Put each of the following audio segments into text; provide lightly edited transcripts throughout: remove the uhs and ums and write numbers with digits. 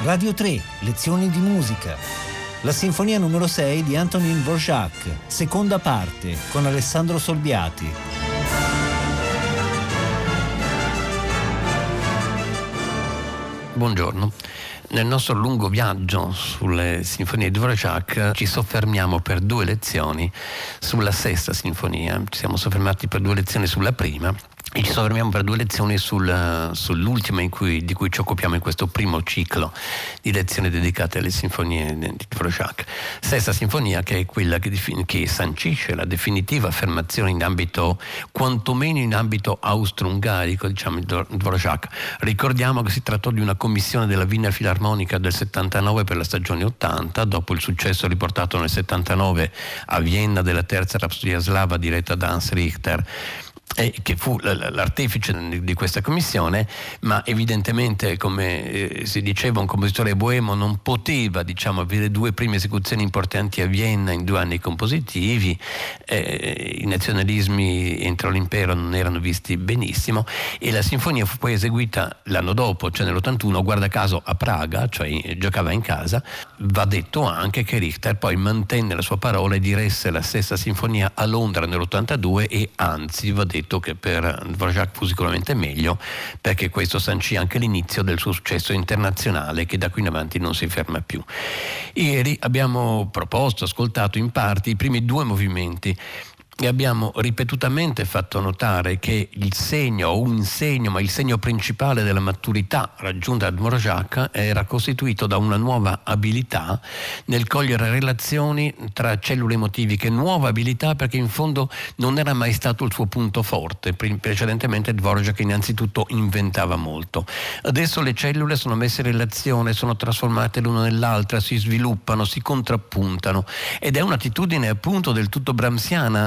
Radio 3, lezioni di musica. La sinfonia numero 6 di Antonin Dvorak, seconda parte, con Alessandro Solbiati. Buongiorno. Nel nostro lungo viaggio sulle sinfonie di Dvorak ci soffermiamo per 2 lezioni sulla sesta sinfonia. Ci siamo soffermati per 2 lezioni sulla prima e ci soffermiamo per 2 lezioni sull'ultima di cui ci occupiamo in questo primo ciclo di lezioni dedicate alle sinfonie di Dvorak. Sesta sinfonia, che è quella che sancisce la definitiva affermazione in ambito, quantomeno in ambito austro-ungarico, diciamo, di Dvorak. Ricordiamo che si trattò di una commissione della Wiener Philharmonica del 79 per la stagione 80, dopo il successo riportato nel 79 a Vienna della terza rapsodia slava diretta da Hans Richter, che fu l'artefice di questa commissione, ma evidentemente, come si diceva, un compositore boemo non poteva, avere 2 prime esecuzioni importanti a Vienna in 2 anni compositivi. I nazionalismi entro l'impero non erano visti benissimo e la sinfonia fu poi eseguita l'anno dopo, cioè nell'81, guarda caso a Praga, cioè giocava in casa. Va detto anche che Richter poi mantenne la sua parola e diresse la stessa sinfonia a Londra nell'82 e anzi va detto che per Dvorak fu sicuramente meglio, perché questo sancì anche l'inizio del suo successo internazionale, che da qui in avanti non si ferma più. Ieri abbiamo ascoltato in parte i primi 2 movimenti e abbiamo ripetutamente fatto notare che il segno principale della maturità raggiunta da Dvorak era costituito da una nuova abilità nel cogliere relazioni tra cellule emotiche. Nuova abilità perché in fondo non era mai stato il suo punto forte. Precedentemente Dvorak innanzitutto inventava molto. Adesso le cellule sono messe in relazione, sono trasformate l'una nell'altra, si sviluppano, si contrappuntano, ed è un'attitudine appunto del tutto brahmsiana,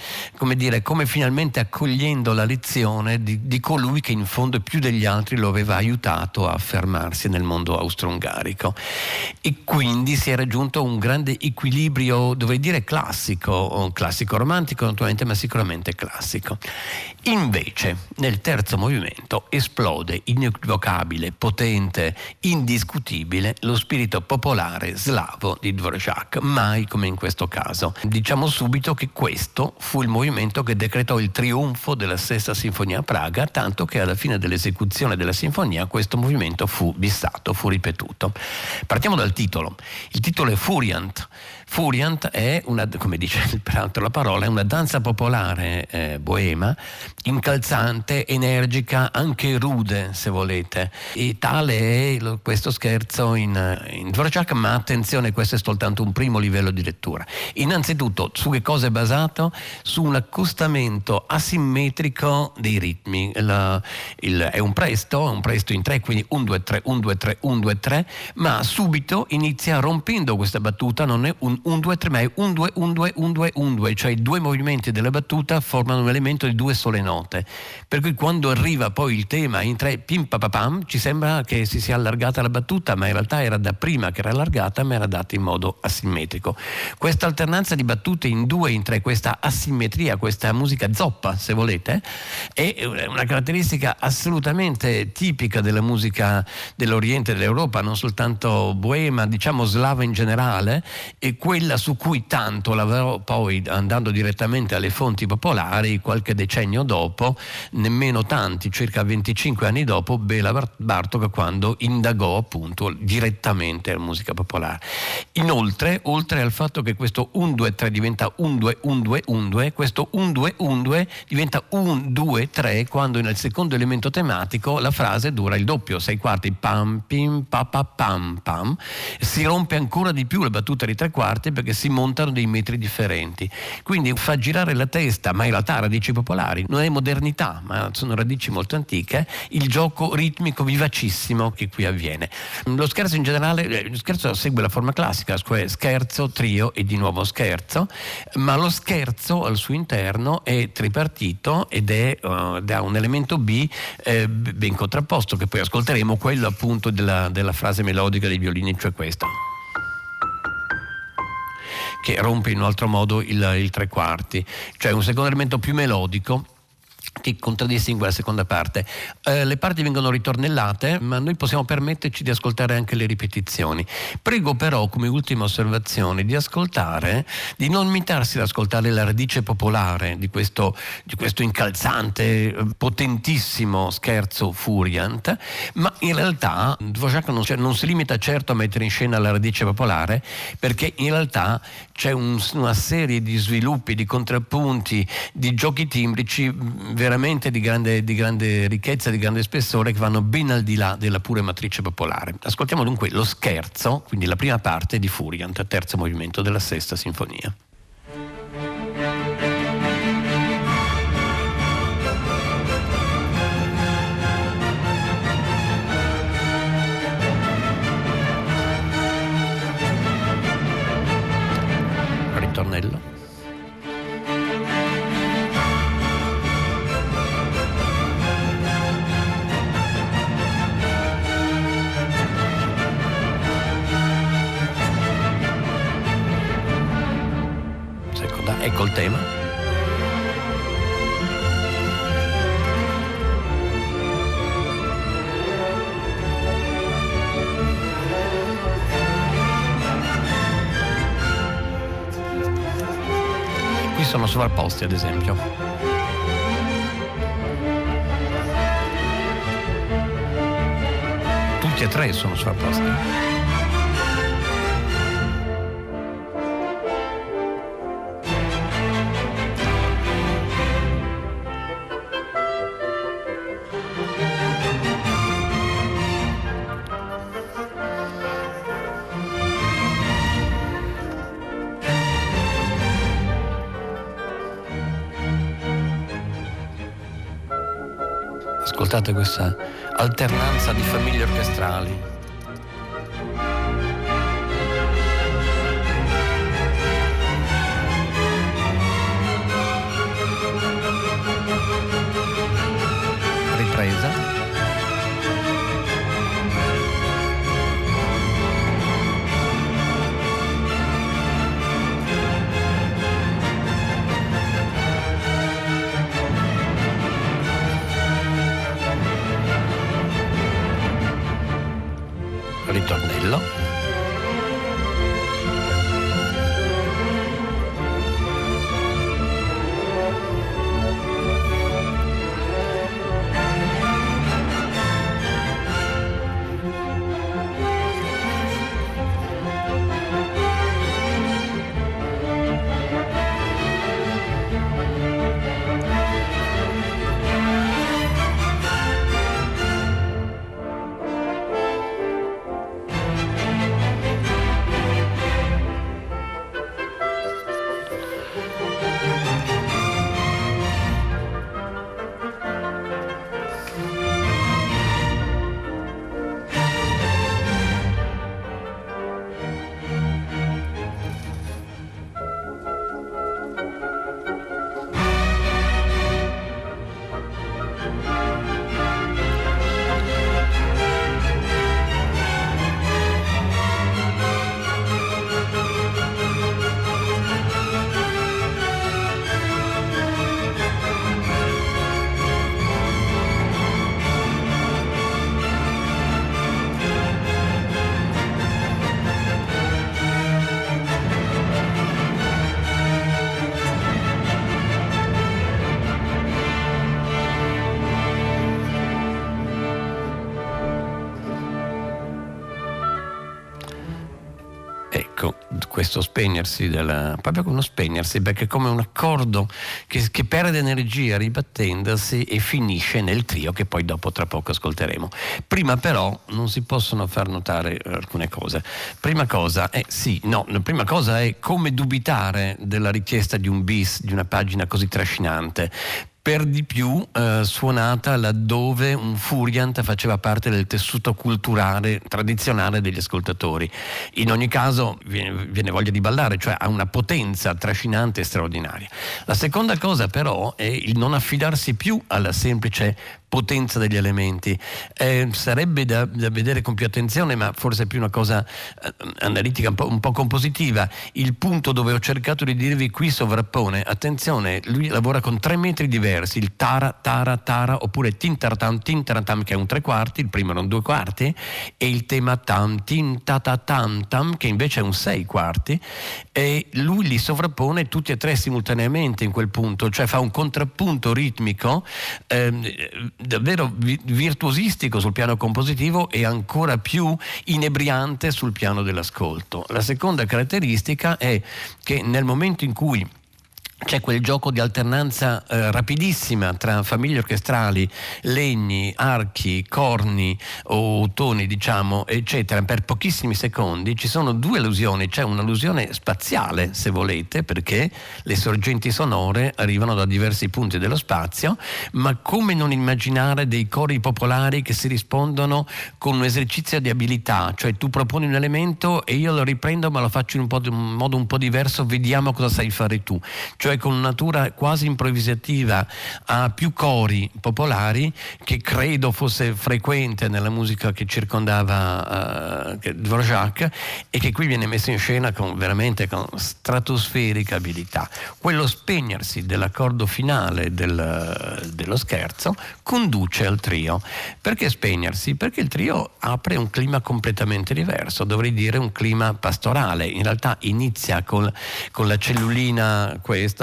come finalmente accogliendo la lezione di colui che in fondo più degli altri lo aveva aiutato a affermarsi nel mondo austro-ungarico, e quindi si è raggiunto un grande equilibrio, dovrei dire classico romantico naturalmente, ma sicuramente classico. Invece nel terzo movimento esplode inequivocabile, potente, indiscutibile lo spirito popolare slavo di Dvorak, mai come in questo caso. Diciamo subito che questo fu il movimento che decretò il trionfo della sesta sinfonia a Praga, tanto che alla fine dell'esecuzione della sinfonia questo movimento fu bissato, fu ripetuto. Partiamo dal titolo. Il titolo è Furiant. Furiant è come dice peraltro la parola, è una danza popolare boema, incalzante, energica, anche rude se volete, e tale è questo scherzo in Dvorak, ma attenzione, questo è soltanto un primo livello di lettura. Innanzitutto, su che cosa è basato? Su un accostamento asimmetrico dei ritmi. È un presto in 3, quindi 1 2 3 1 2 3 1 2 3, ma subito inizia rompendo questa battuta, non è un 1 2 3, ma è 1 2 1 2 1 2 1 2, cioè i 2 movimenti della battuta formano un elemento di 2 sole note, per cui quando arriva poi il tema in 3 pim pa pa pam ci sembra che si sia allargata la battuta, ma in realtà era da prima che era allargata, ma era data in modo asimmetrico. Questa alternanza di battute in 2 e in 3, questa asimmetria, questa musica zoppa se volete, è una caratteristica assolutamente tipica della musica dell'Oriente e dell'Europa, non soltanto boema, slava in generale, e quella su cui tanto lavorò poi, andando direttamente alle fonti popolari, qualche decennio dopo, nemmeno tanti, circa 25 anni dopo, Béla Bartók, quando indagò appunto direttamente la musica popolare. Inoltre, oltre al fatto che questo 1 2 3 diventa 1 2 1 2 1 2, questo 1 2 1 2 diventa 1 2 3 quando nel secondo elemento tematico la frase dura il doppio, 6/4, pam pim pa pa pam pam. Si rompe ancora di più la battuta di 3/4 perché si montano dei metri differenti, quindi fa girare la testa, ma in realtà radici popolari, non è modernità ma sono radici molto antiche, il gioco ritmico vivacissimo che qui avviene. Lo scherzo in generale, lo scherzo segue la forma classica, cioè scherzo, trio e di nuovo scherzo, ma lo scherzo al suo interno è tripartito ed ha un elemento B ben contrapposto, che poi ascolteremo, quello appunto della frase melodica dei violini, cioè questa, che rompe in un altro modo il 3/4, cioè un secondo elemento più melodico che contraddistingue la seconda parte. Le parti vengono ritornellate, ma noi possiamo permetterci di ascoltare anche le ripetizioni. Prego però, come ultima osservazione, di non limitarsi ad ascoltare la radice popolare di questo incalzante, potentissimo scherzo Furiant, ma in realtà Dvořák non si limita certo a mettere in scena la radice popolare, perché in realtà c'è una serie di sviluppi, di contrappunti, di giochi timbrici veramente di grande ricchezza, di grande spessore, che vanno ben al di là della pura matrice popolare. Ascoltiamo dunque lo scherzo, quindi la prima parte di Furiant, terzo movimento della sesta sinfonia. Ritornello. Ecco il tema. Qui sono sovrapposti, ad esempio. Tutti e tre sono sovrapposti. Ascoltate questa alternanza di famiglie orchestrali. Ripresa. Ritornello. Questo spegnersi proprio uno spegnersi, perché è come un accordo che perde energia ribattendosi e finisce nel trio che poi dopo tra poco ascolteremo. Prima però non si possono far notare alcune cose. Prima cosa è come dubitare della richiesta di un bis, di una pagina così trascinante, per di più suonata laddove un Furiant faceva parte del tessuto culturale tradizionale degli ascoltatori. In ogni caso viene voglia di ballare, cioè ha una potenza trascinante e straordinaria. La seconda cosa però è il non affidarsi più alla semplice potenza degli elementi. Sarebbe da vedere con più attenzione, ma forse è più una cosa analitica, un po' compositiva. Il punto dove ho cercato di dirvi qui sovrappone, attenzione, lui lavora con 3 metri diversi, il tara, tara, tara, oppure tintaratam, tintaratam, che è un 3/4, il primo era un 2/4, e il tema tam, tintatatam, tam, che invece è un 6/4, e lui li sovrappone tutti e 3 simultaneamente in quel punto, cioè fa un contrappunto ritmico davvero virtuosistico sul piano compositivo e ancora più inebriante sul piano dell'ascolto. La seconda caratteristica è che nel momento in cui c'è quel gioco di alternanza rapidissima tra famiglie orchestrali, legni, archi, corni o toni, diciamo, eccetera, per pochissimi secondi. Ci sono 2 allusioni, c'è un'allusione spaziale, se volete, perché le sorgenti sonore arrivano da diversi punti dello spazio, ma come non immaginare dei cori popolari che si rispondono con un esercizio di abilità, cioè tu proponi un elemento e io lo riprendo ma lo faccio in un modo un po' diverso, vediamo cosa sai fare tu, cioè con natura quasi improvvisativa a più cori popolari, che credo fosse frequente nella musica che circondava Dvorak, e che qui viene messo in scena veramente con stratosferica abilità. Quello spegnersi dell'accordo finale dello scherzo conduce al trio. Perché spegnersi? Perché il trio apre un clima completamente diverso, dovrei dire un clima pastorale. In realtà inizia con la cellulina questa,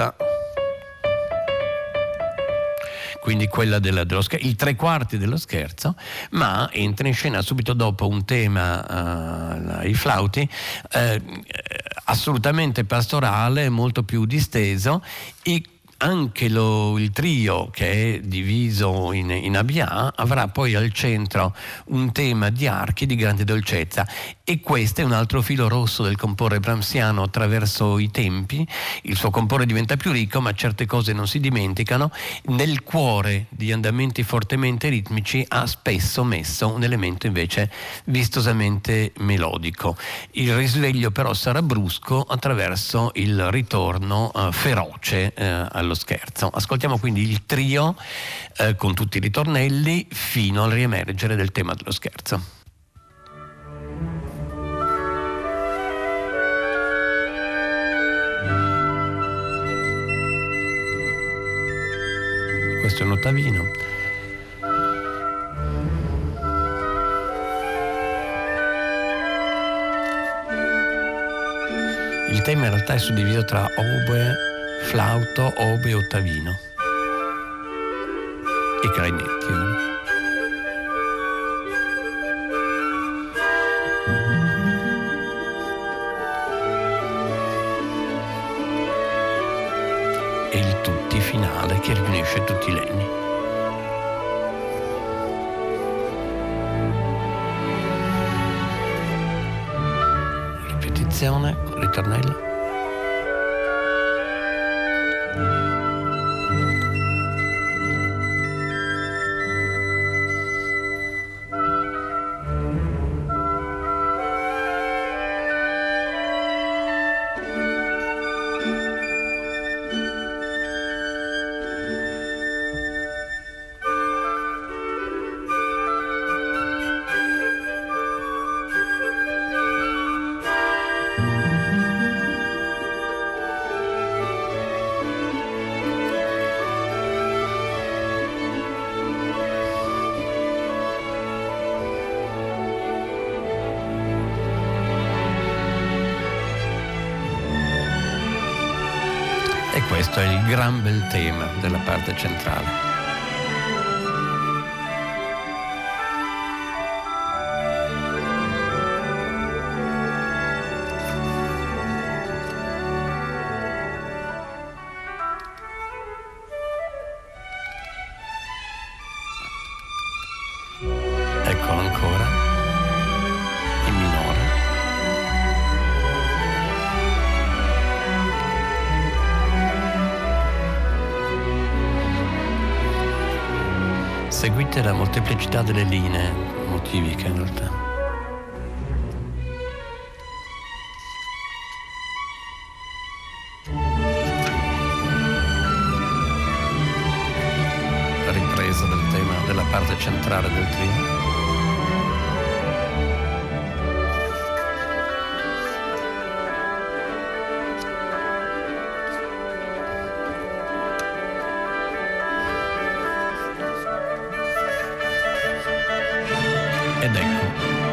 quindi quella dello scherzo, il 3/4 dello scherzo, ma entra in scena subito dopo un tema, i flauti, assolutamente pastorale, molto più disteso, e anche il trio, che è diviso in ABA, avrà poi al centro un tema di archi di grande dolcezza, e questo è un altro filo rosso del comporre brahmsiano attraverso i tempi. Il suo comporre diventa più ricco, ma certe cose non si dimenticano. Nel cuore di andamenti fortemente ritmici ha spesso messo un elemento invece vistosamente melodico. Il risveglio però sarà brusco attraverso il ritorno feroce allo scherzo. Ascoltiamo quindi il trio con tutti i ritornelli fino al riemergere del tema dello scherzo. Questo è un ottavino. Il tema in realtà è suddiviso tra oboe, flauto, oboe e ottavino e clarinetti. E il tutti finale che riunisce tutti i legni. Ripetizione, ritornello. E questo è il gran bel tema della parte centrale. Eccolo ancora, in minore. Seguite la molteplicità delle linee motiviche in realtà. La ripresa del tema della centrale del trio. Ed ecco.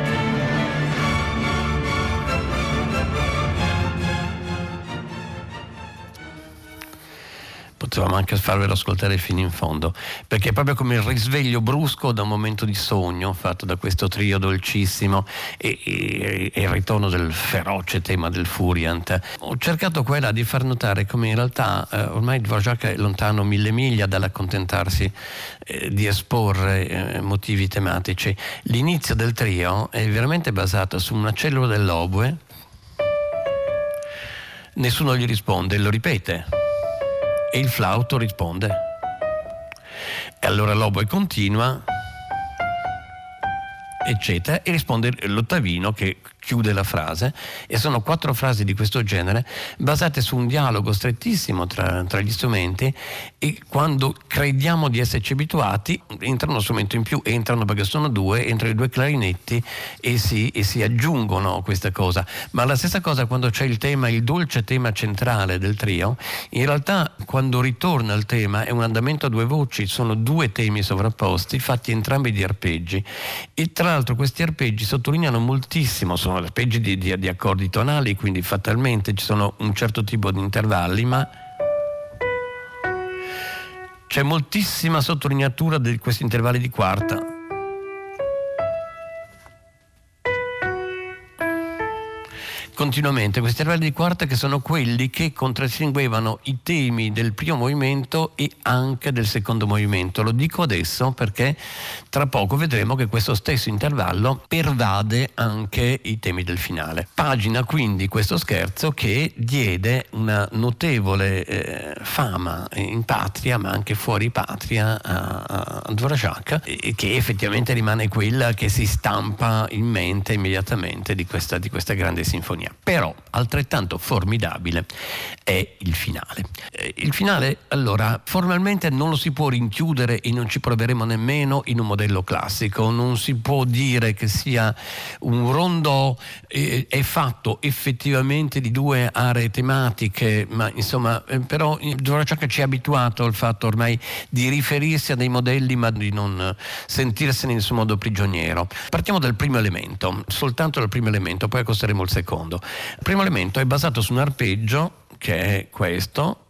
Potevamo anche farvelo ascoltare fino in fondo, perché è proprio come il risveglio brusco da un momento di sogno fatto da questo trio dolcissimo e il ritorno del feroce tema del Furiant. Ho cercato qua e là di far notare come in realtà ormai Dvorak è lontano 1000 miglia dall'accontentarsi di esporre motivi tematici. L'inizio del trio è veramente basato su una cellula dell'oboe, nessuno gli risponde, lo ripete. E il flauto risponde. E allora l'oboe continua, eccetera, e risponde l'ottavino che chiude la frase, e sono 4 frasi di questo genere basate su un dialogo strettissimo tra gli strumenti, e quando crediamo di esserci abituati entra uno strumento in più, entrano perché sono 2, entrano i 2 clarinetti e si aggiungono questa cosa. Ma la stessa cosa quando c'è il tema, il dolce tema centrale del trio, in realtà quando ritorna il tema è un andamento a 2 voci, sono 2 temi sovrapposti fatti entrambi di arpeggi, e tra l'altro questi arpeggi sottolineano moltissimo, sono arpeggi di accordi tonali, quindi fatalmente ci sono un certo tipo di intervalli, ma c'è moltissima sottolineatura di questi intervalli di quarta. Continuamente questi intervalli di quarta, che sono quelli che contraddistinguevano i temi del primo movimento e anche del secondo movimento. Lo dico adesso perché tra poco vedremo che questo stesso intervallo pervade anche i temi del finale. Pagina quindi questo scherzo che diede una notevole fama in patria, ma anche fuori patria, a Dvorak, e che effettivamente rimane quella che si stampa in mente immediatamente di questa grande sinfonia. Però altrettanto formidabile è il finale. Il finale, allora, formalmente non lo si può rinchiudere, e non ci proveremo nemmeno in un modello classico. Non si può dire che sia un rondò, è fatto effettivamente di 2 aree tematiche, ma insomma, però Dvorak ci ha abituato al fatto ormai di riferirsi a dei modelli, ma di non sentirsene in nessun modo prigioniero. Partiamo dal primo elemento, soltanto dal primo elemento, poi accosteremo il secondo. Il primo elemento è basato su un arpeggio che è questo.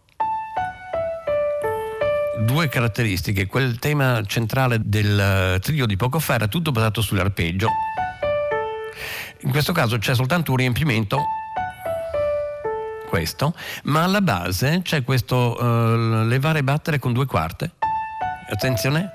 2 caratteristiche: quel tema centrale del trio di poco fa era tutto basato sull'arpeggio. In questo caso c'è soltanto un riempimento, questo, ma alla base c'è questo levare e battere con 2 quarte. Attenzione.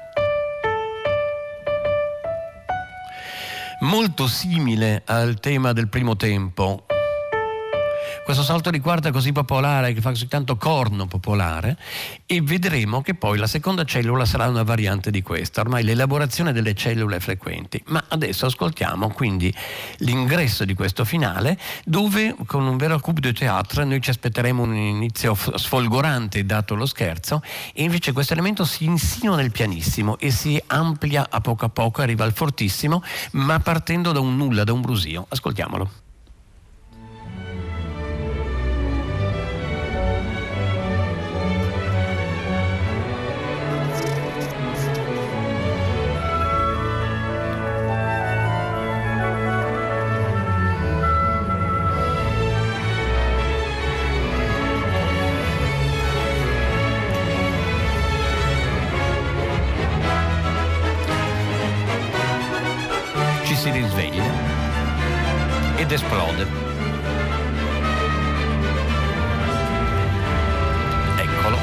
Molto simile al tema del primo tempo. Questo salto di quarta così popolare, che fa così tanto corno popolare, e vedremo che poi la seconda cellula sarà una variante di questa. Ormai l'elaborazione delle cellule è frequenti, ma adesso ascoltiamo quindi l'ingresso di questo finale, dove con un vero coup de théâtre noi ci aspetteremo un inizio sfolgorante dato lo scherzo, e invece questo elemento si insinua nel pianissimo e si amplia a poco, arriva al fortissimo, ma partendo da un nulla, da un brusio. Ascoltiamolo. Si risveglia ed esplode. Eccolo.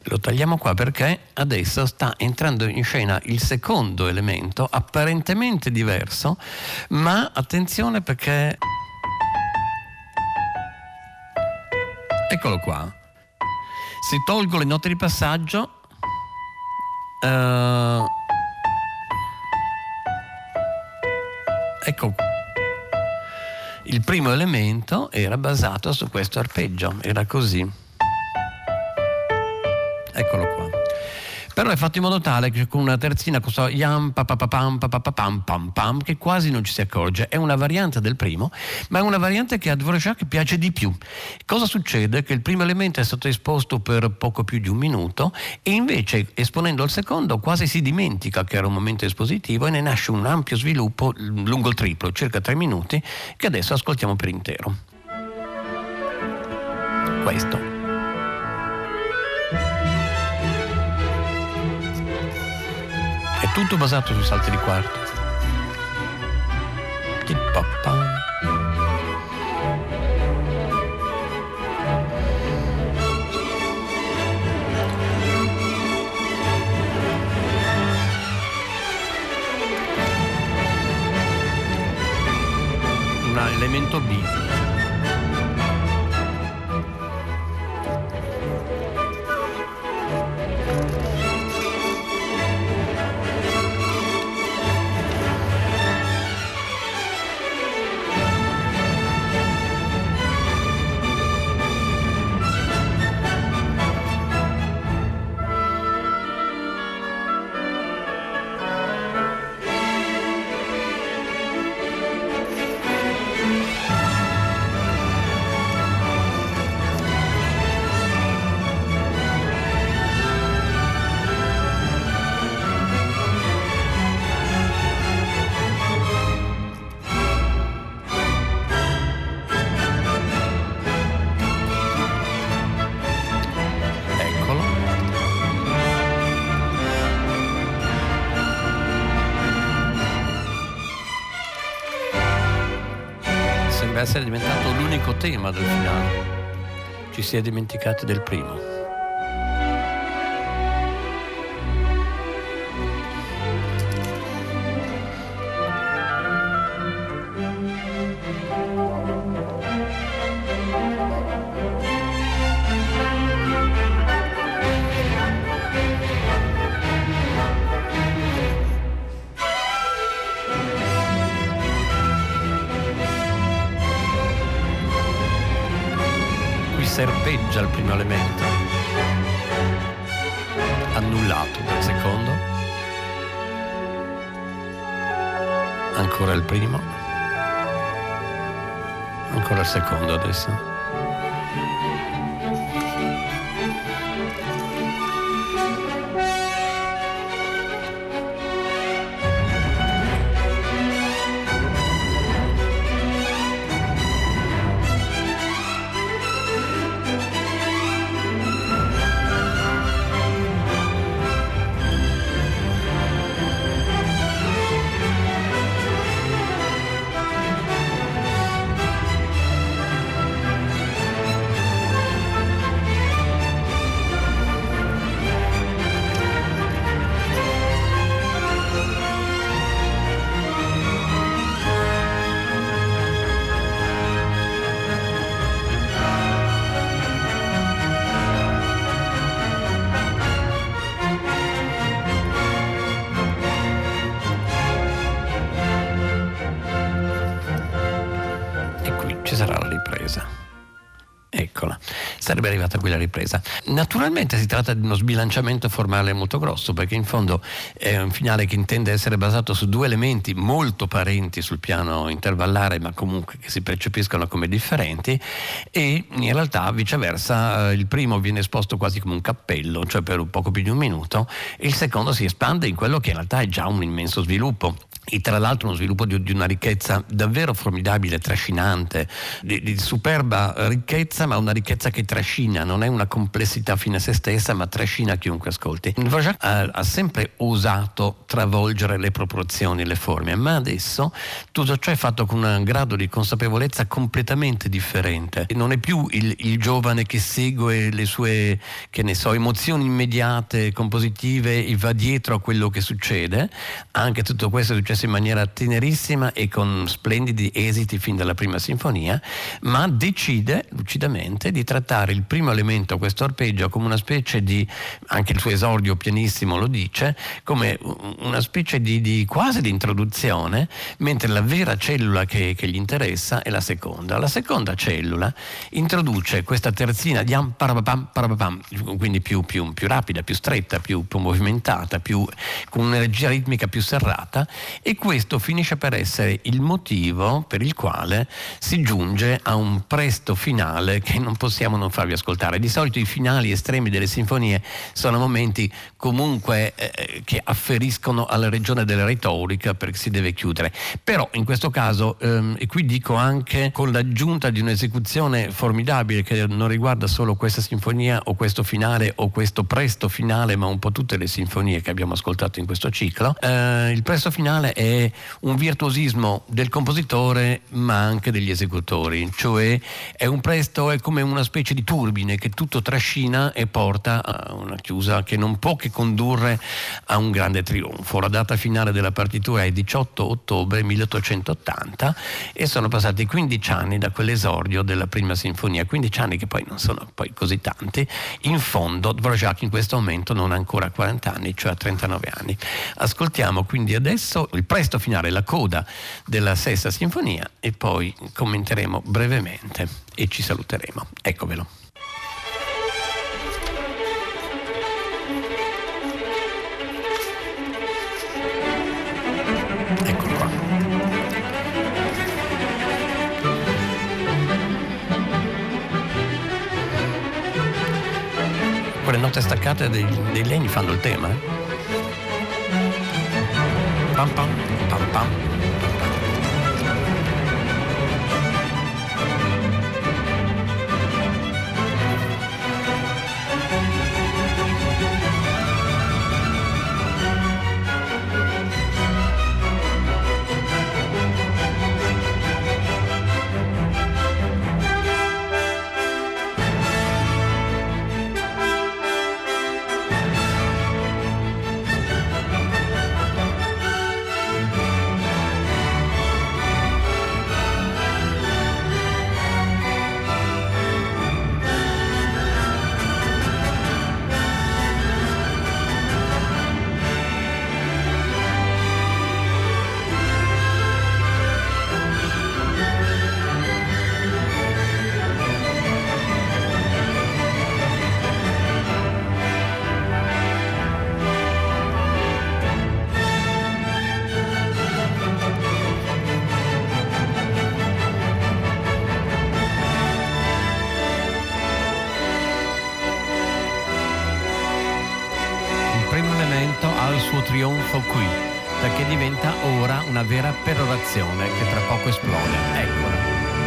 Lo tagliamo qua perché adesso sta entrando in scena il secondo elemento, apparentemente diverso, ma attenzione perché... Eccolo qua. Se tolgo le note di passaggio... Ecco, il primo elemento era basato su questo arpeggio, era così. Eccolo qua. Però è fatto in modo tale che con una terzina, questo yam pa pa pa pam pa pa pa pam pam pam, che quasi non ci si accorge. È una variante del primo, ma è una variante che a Dvorak piace di più. Cosa succede? Che il primo elemento è stato esposto per poco più di un minuto e invece esponendo il secondo quasi si dimentica che era un momento espositivo e ne nasce un ampio sviluppo lungo il triplo, circa 3 minuti, che adesso ascoltiamo per intero. Questo. È tutto basato sui salti di quarto. Un elemento B. Essere diventato l'unico tema del finale. Ci si è dimenticati del primo. Serpeggia il primo elemento, annullato dal secondo, ancora il primo, ancora il secondo adesso. Eccola, sarebbe arrivata qui la ripresa. Naturalmente si tratta di uno sbilanciamento formale molto grosso, perché in fondo è un finale che intende essere basato su due elementi molto parenti sul piano intervallare, ma comunque che si percepiscono come differenti, e in realtà viceversa il primo viene esposto quasi come un cappello, cioè per un poco più di un minuto, e il secondo si espande in quello che in realtà è già un immenso sviluppo. E tra l'altro uno sviluppo di una ricchezza davvero formidabile, trascinante, di superba ricchezza, ma una ricchezza che trascina, non è una complessità fine a se stessa, ma trascina chiunque ascolti. Dvorak ha sempre osato travolgere le proporzioni, le forme, ma adesso tutto ciò è fatto con un grado di consapevolezza completamente differente. Non è più il giovane che segue le sue, che ne so, emozioni immediate, compositive, e va dietro a quello che succede. Anche tutto questo è successo in maniera tenerissima e con splendidi esiti fin dalla prima sinfonia, ma decide lucidamente di trattare il primo elemento, questo arpeggio, come una specie di, anche il suo esordio pianissimo lo dice, come una specie di quasi di introduzione, mentre la vera cellula che gli interessa è la seconda. La seconda cellula introduce questa terzina di am parapam parapam, quindi più rapida, più stretta, più movimentata, con un'energia ritmica più serrata, e questo finisce per essere il motivo per il quale si giunge a un presto finale che non possiamo non farvi ascoltare. Di solito i finali estremi delle sinfonie sono momenti comunque che afferiscono alla regione della retorica, perché si deve chiudere. Però in questo caso, e qui dico anche con l'aggiunta di un'esecuzione formidabile che non riguarda solo questa sinfonia o questo finale o questo presto finale, ma un po' tutte le sinfonie che abbiamo ascoltato in questo ciclo, il presto finale è un virtuosismo del compositore ma anche degli esecutori, cioè è un presto, è come una specie di turbine che tutto trascina e porta a una chiusa che non può che condurre a un grande trionfo. La data finale della partitura è 18 ottobre 1880 e sono passati 15 anni da quell'esordio della prima sinfonia, 15 anni che poi non sono poi così tanti. In fondo Dvorak in questo momento non ha ancora 40 anni, cioè ha 39 anni. Ascoltiamo quindi adesso il presto finale, la coda della sesta sinfonia, e poi commenteremo brevemente e ci saluteremo. Eccovelo. Eccolo qua. Quelle note staccate dei legni fanno il tema. Pam pam pam pam. Trionfo qui, perché diventa ora una vera perorazione che tra poco esplode. Eccola.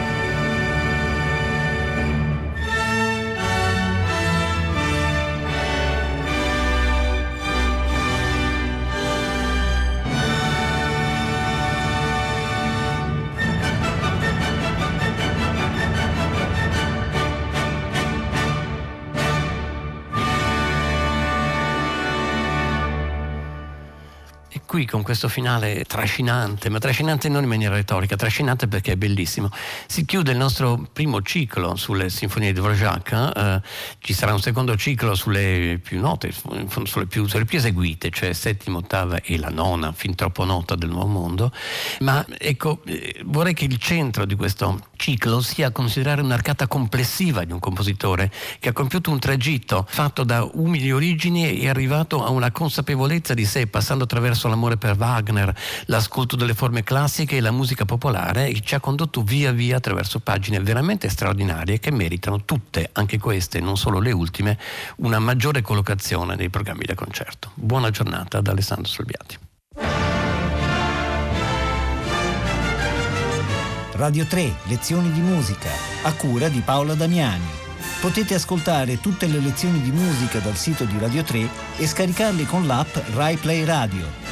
Qui con questo finale trascinante, ma trascinante non in maniera retorica, trascinante perché è bellissimo, si chiude il nostro primo ciclo sulle sinfonie di Dvorak. Ci sarà un secondo ciclo sulle più note, sulle più eseguite, cioè settima, ottava e la nona, fin troppo nota, del Nuovo Mondo. Ma ecco, vorrei che il centro di questo ciclo sia considerare un'arcata complessiva di un compositore che ha compiuto un tragitto fatto da umili origini e è arrivato a una consapevolezza di sé, passando attraverso l'amore per Wagner, l'ascolto delle forme classiche e la musica popolare, e ci ha condotto via via attraverso pagine veramente straordinarie che meritano tutte, anche queste, non solo le ultime, una maggiore collocazione nei programmi da concerto. Buona giornata da Alessandro Solbiati. Radio 3, lezioni di musica, a cura di Paola Damiani. Potete ascoltare tutte le lezioni di musica dal sito di Radio 3 e scaricarle con l'app Rai Play Radio.